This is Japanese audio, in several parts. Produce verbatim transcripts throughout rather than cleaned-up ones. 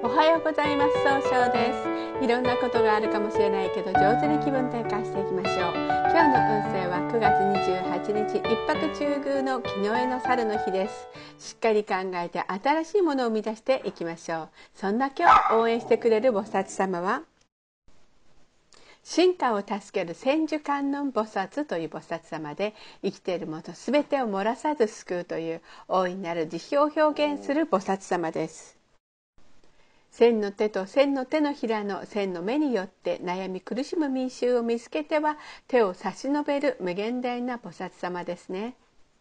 はようございます。総称です。いろんなことがあるかもしれないけど、上手に気分転換していきましょう。今日の運勢はくがつにじゅうはちにち、一泊中宮の木の絵の猿の日です。しっかり考えて新しいものを生み出していきましょう。そんな今日応援してくれる菩薩様は、進化を助ける千手観音菩薩という菩薩様で、生きているものすべてを漏らさず救うという大いなる慈悲を表現する菩薩様です。千の手と千の手のひらの千の目によって悩み苦しむ民衆を見つけては手を差し伸べる無限大な菩薩様ですね。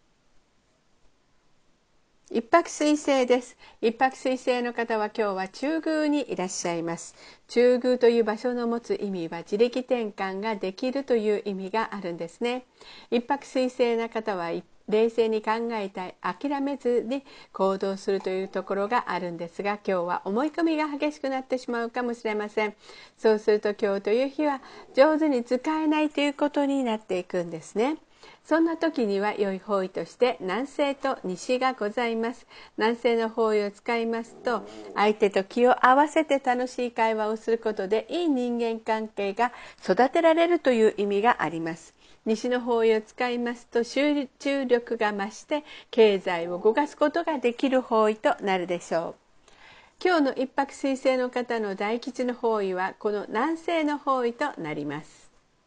一泊水星です。一泊水星の方は今日は中宮にいらっしゃいます。中宮という場所の持つ意味は自力転換ができるという意味があるんですね。一泊水星の方は冷静に考えたい、諦めずに行動するというところがあるんですが、今日は思い込みが激しくなってしまうかもしれません。そうすると今日という日は上手に使えないということになっていくんですね。そんな時には良い方位として南西と西がございます。南西の方位を使いますと、相手と気を合わせて楽しい会話をすることでいい人間関係が育てられるという意味があります。西の方位を使いますと集中力が増して経済を動かすことができる方位となるでしょう。今日の一泊水星の方の大吉の方位はこの南西の方位となります。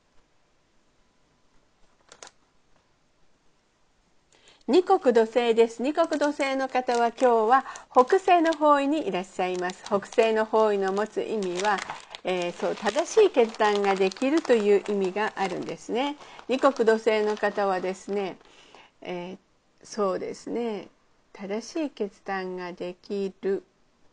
二国土星です。二国土星の方は今日は北西の方位にいらっしゃいます。北西の方位の持つ意味は、えー、そう正しい決断ができるという意味があるんですね。二国土星の方はですね、えー、そうですね、正しい決断ができる。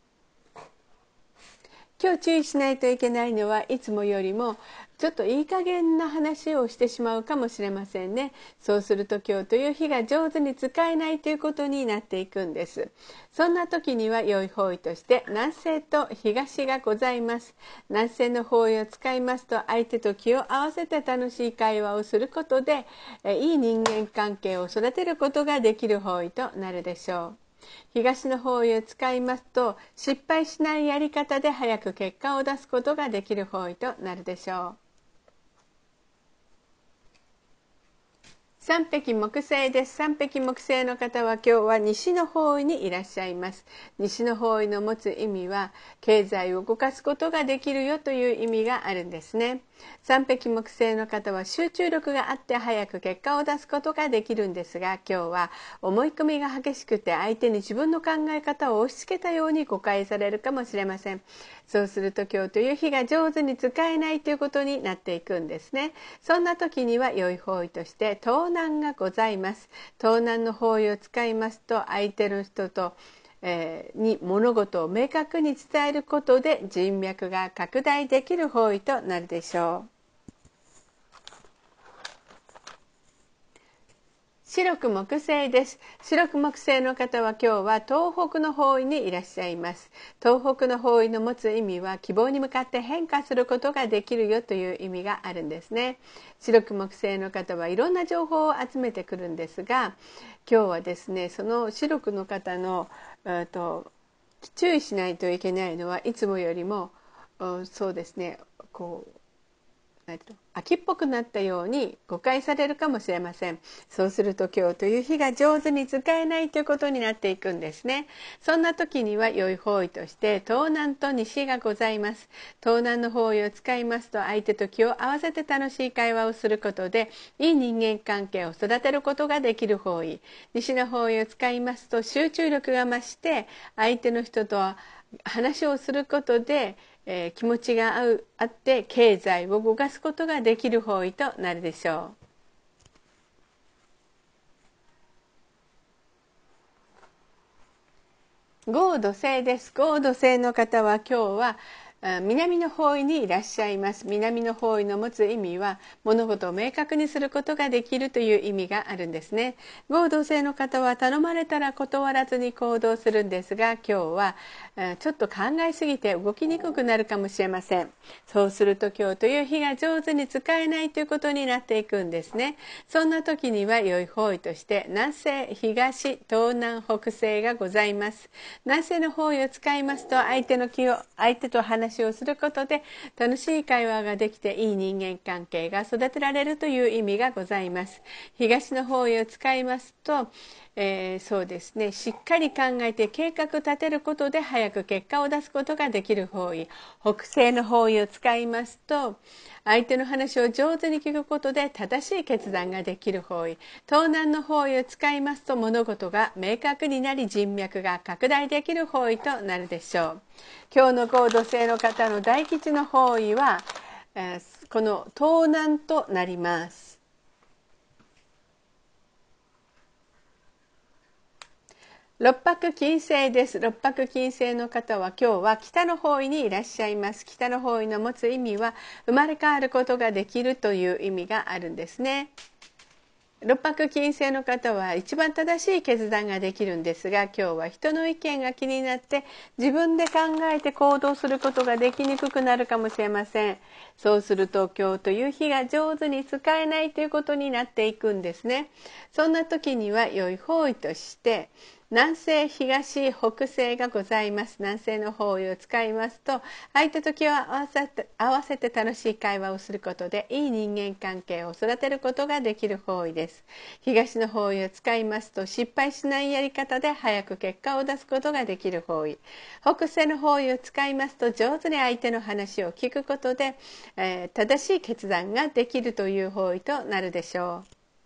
今日注意しないといけないのはいつもよりもちょっといい加減な話をしてしまうかもしれませんね。そうすると今日という日が上手に使えないということになっていくんです。そんな時には良い方位として南西と東がございます。南西の方位を使いますと相手と気を合わせて楽しい会話をすることでいい人間関係を育てることができる方位となるでしょう。東の方位を使いますと失敗しないやり方で早く結果を出すことができる方位となるでしょう。三匹木星です。三匹木星の方は今日は西の方位にいらっしゃいます。西の方位の持つ意味は経済を動かすことができるよという意味があるんですね。三匹木星の方は集中力があって早く結果を出すことができるんですが、今日は思い込みが激しくて相手に自分の考え方を押し付けたように誤解されるかもしれません。そうすると今日という日が上手に使えないということになっていくんですね。そんな時には良い方位として東南がございます。東南の方位を使いますと相手の人とえー、に物事を明確に伝えることで人脈が拡大できる方位となるでしょう。白く木星です。白く木星の方は今日は東北の方位にいらっしゃいます。東北の方位の持つ意味は希望に向かって変化することができるよという意味があるんですね。白く木星の方はいろんな情報を集めてくるんですが、今日はですね、その白くの方の、えーと、注意しないといけないのはいつもよりも、そうですね、こう秋っぽくなったように誤解されるかもしれません。そうすると今日という日が上手に使えないということになっていくんですね。そんな時には良い方位として東南と西がございます。東南の方位を使いますと相手と気を合わせて楽しい会話をすることでいい人間関係を育てることができる方位。西の方位を使いますと集中力が増して相手の人と話をすることでえー、気持ちが合うあって経済を動かすことができる方位となるでしょう。合土星です。合土星の方は今日は南の方位にいらっしゃいます。南の方位の持つ意味は物事を明確にすることができるという意味があるんですね。合同性の方は頼まれたら断らずに行動するんですが、今日はちょっと考えすぎて動きにくくなるかもしれません。そうすると今日という日が上手に使えないということになっていくんですね。そんな時には良い方位として南西、東、東南、北西がございます。南西の方位を使いますと相手の気を相手と話をすることで楽しい会話ができていい人間関係が育てられるという意味がございます。東の方位を使いますと、えー、そうですね、しっかり考えて計画立てることで早く結果を出すことができる方位。北西の方位を使いますと、相手の話を上手に聞くことで正しい決断ができる方位。東南の方位を使いますと物事が明確になり人脈が拡大できる方位となるでしょう。今日の合同性の方の大吉の方位は、えー、この東南となります。六白金星です。六白金星の方は今日は北の方位にいらっしゃいます。北の方位の持つ意味は生まれ変わることができるという意味があるんですね。六白金星の方は一番正しい決断ができるんですが、今日は人の意見が気になって自分で考えて行動することができにくくなるかもしれません。そうすると今日という日が上手に使えないということになっていくんですね。そんな時には良い方位として南西、東、北西がございます。南西の方位を使いますと、相手と気を合わせて、合わせて楽しい会話をすることで、いい人間関係を育てることができる方位です。東の方位を使いますと、失敗しないやり方で早く結果を出すことができる方位。北西の方位を使いますと、上手に相手の話を聞くことで、えー、正しい決断ができるという方位となるでしょう。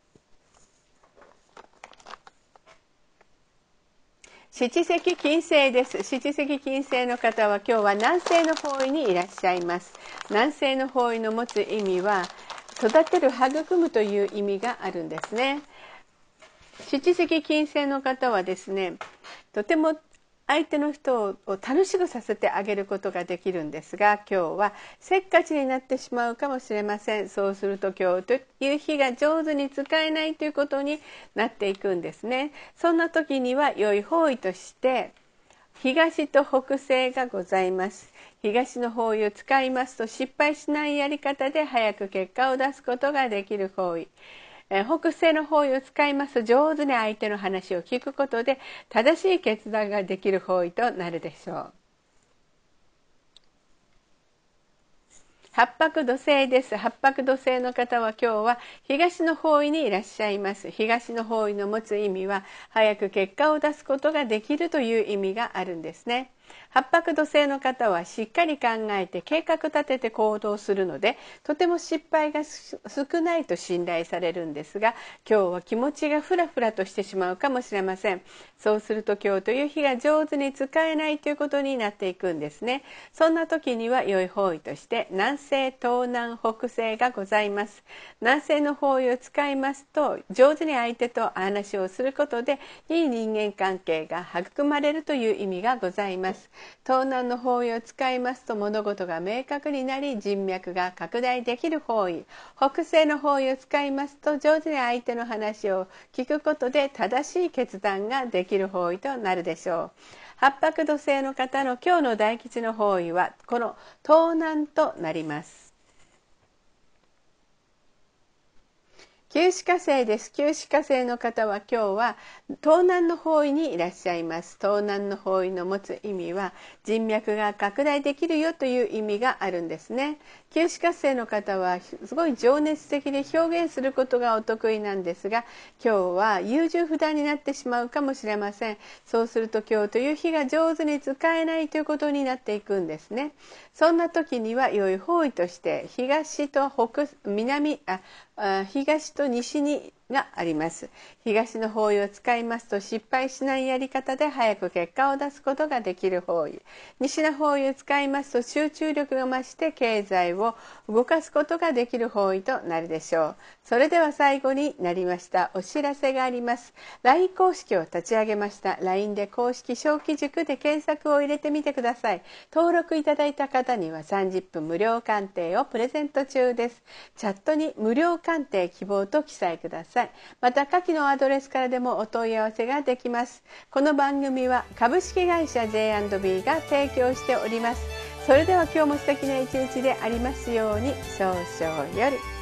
七石金星です。七石金星の方は今日は南西の方位にいらっしゃいます。南西の方位の持つ意味は育てる、育むという意味があるんですね。七石金星の方はですね、とても相手の人を楽しくさせてあげることができるんですが、今日はせっかちになってしまうかもしれません。そうすると今日という日が上手に使えないということになっていくんですね。そんな時には良い方位として東と北西がございます。東の方位を使いますと失敗しないやり方で早く結果を出すことができる方位。北西の方位を使いますと上手に相手の話を聞くことで正しい決断ができる方位となるでしょう。八白土星です。八白土星の方は今日は東の方位にいらっしゃいます。東の方位の持つ意味は早く結果を出すことができるという意味があるんですね。八白土星の方はしっかり考えて計画立てて行動するのでとても失敗が少ないと信頼されるんですが、今日は気持ちがフラフラとしてしまうかもしれません。そうすると今日という日が上手に使えないということになっていくんですね。そんな時には良い方位として南西、東南、北西がございます。南西の方位を使いますと上手に相手と話をすることでいい人間関係が育まれるという意味がございます。東南の方位を使いますと物事が明確になり人脈が拡大できる方位。北西の方位を使いますと上手に相手の話を聞くことで正しい決断ができる方位となるでしょう。八白土星の方の今日の大吉の方位はこの東南となります。九死火星です。九死火星の方は今日は東南の方位にいらっしゃいます。東南の方位の持つ意味は人脈が拡大できるよという意味があるんですね。九死火星の方はすごい情熱的で表現することがお得意なんですが、今日は優柔不断になってしまうかもしれません。そうすると今日という日が上手に使えないということになっていくんですね。そんな時には良い方位として東と北南あ東と西にがあります。東の方位を使いますと失敗しないやり方で早く結果を出すことができる方位。西の方位を使いますと集中力が増して経済を動かすことができる方位となるでしょう。それでは最後になりましたお知らせがあります。ライン 公式を立ち上げました。ライン で公式小規塾で検索を入れてみてください。登録いただいた方にはさんじゅっぷん無料鑑定をプレゼント中です。チャットに無料鑑定希望と記載ください。また下記のアドレスからでもお問い合わせができます。この番組は株式会社 ジェイアンドビー が提供しております。それでは今日も素敵な一日でありますように。早々より。